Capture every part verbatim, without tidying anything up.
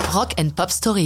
Rock and Pop Stories.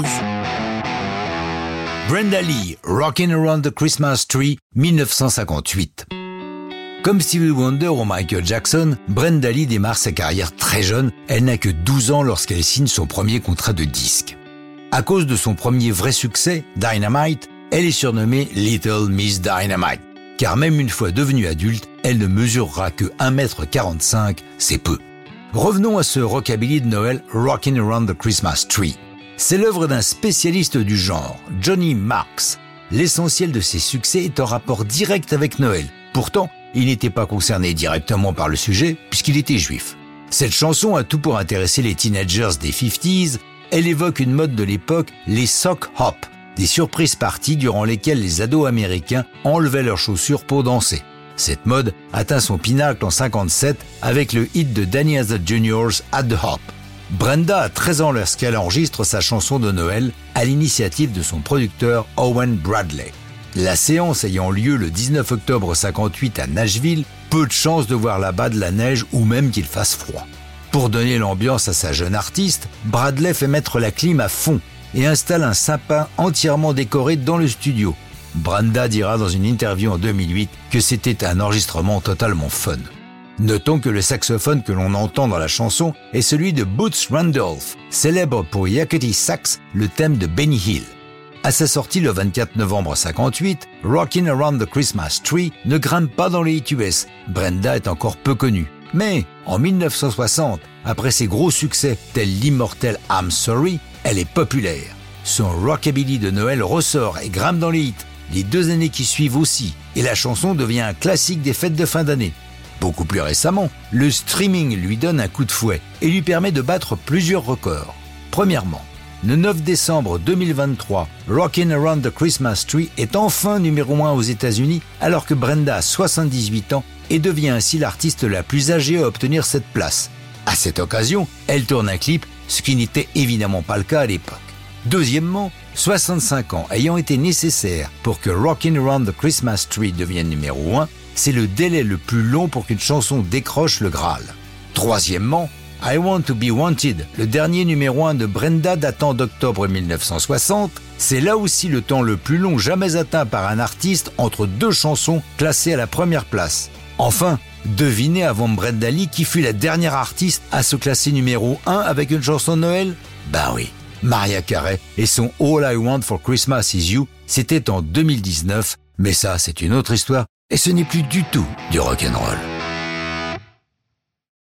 Brenda Lee, Rockin' Around the Christmas Tree, dix-neuf cent cinquante-huit. Comme Stevie Wonder ou Michael Jackson, Brenda Lee démarre sa carrière très jeune. Elle n'a que douze ans lorsqu'elle signe son premier contrat de disque. À cause de son premier vrai succès, Dynamite, elle est surnommée Little Miss Dynamite. Car même une fois devenue adulte, elle ne mesurera que un mètre quarante-cinq, c'est peu. Revenons à ce rockabilly de Noël, Rockin' Around the Christmas Tree. C'est l'œuvre d'un spécialiste du genre, Johnny Marks. L'essentiel de ses succès est en rapport direct avec Noël. Pourtant, il n'était pas concerné directement par le sujet puisqu'il était juif. Cette chanson a tout pour intéresser les teenagers des cinquantaines. Elle évoque une mode de l'époque, les sock hop, des surprises parties durant lesquelles les ados américains enlevaient leurs chaussures pour danser. Cette mode atteint son pinacle en cinquante-sept avec le hit de Danny and the Juniors, At the Hop. Brenda a treize ans lorsqu'elle enregistre sa chanson de Noël à l'initiative de son producteur Owen Bradley. La séance ayant lieu le dix-neuf octobre cinquante-huit à Nashville, peu de chance de voir là-bas de la neige ou même qu'il fasse froid. Pour donner l'ambiance à sa jeune artiste, Bradley fait mettre la clim à fond et installe un sapin entièrement décoré dans le studio. Brenda dira dans une interview en deux mille huit que c'était un enregistrement totalement fun. Notons que le saxophone que l'on entend dans la chanson est celui de Boots Randolph, célèbre pour Yakety Sax, le thème de Benny Hill. À sa sortie le vingt-quatre novembre cinquante-huit, Rockin' Around the Christmas Tree ne grimpe pas dans les hits U S. Brenda est encore peu connue. Mais en dix-neuf cent soixante, après ses gros succès tels l'immortel I'm Sorry, elle est populaire. Son rockabilly de Noël ressort et grimpe dans les hits. Les deux années qui suivent aussi, et la chanson devient un classique des fêtes de fin d'année. Beaucoup plus récemment, le streaming lui donne un coup de fouet et lui permet de battre plusieurs records. Premièrement, le neuf décembre deux mille vingt-trois, Rockin' Around the Christmas Tree est enfin numéro un aux États-Unis alors que Brenda a soixante-dix-huit ans et devient ainsi l'artiste la plus âgée à obtenir cette place. À cette occasion, elle tourne un clip, ce qui n'était évidemment pas le cas à l'époque. Deuxièmement, soixante-cinq ans ayant été nécessaires pour que Rockin' Around the Christmas Tree devienne numéro un, c'est le délai le plus long pour qu'une chanson décroche le Graal. Troisièmement, I Want to Be Wanted, le dernier numéro un de Brenda datant d'octobre dix-neuf cent soixante, c'est là aussi le temps le plus long jamais atteint par un artiste entre deux chansons classées à la première place. Enfin, devinez avant Brenda Lee qui fut la dernière artiste à se classer numéro un avec une chanson de Noël ? Ben oui, Mariah Carey et son All I Want for Christmas Is You, c'était en deux mille dix-neuf, mais ça c'est une autre histoire et ce n'est plus du tout du rock'n'roll.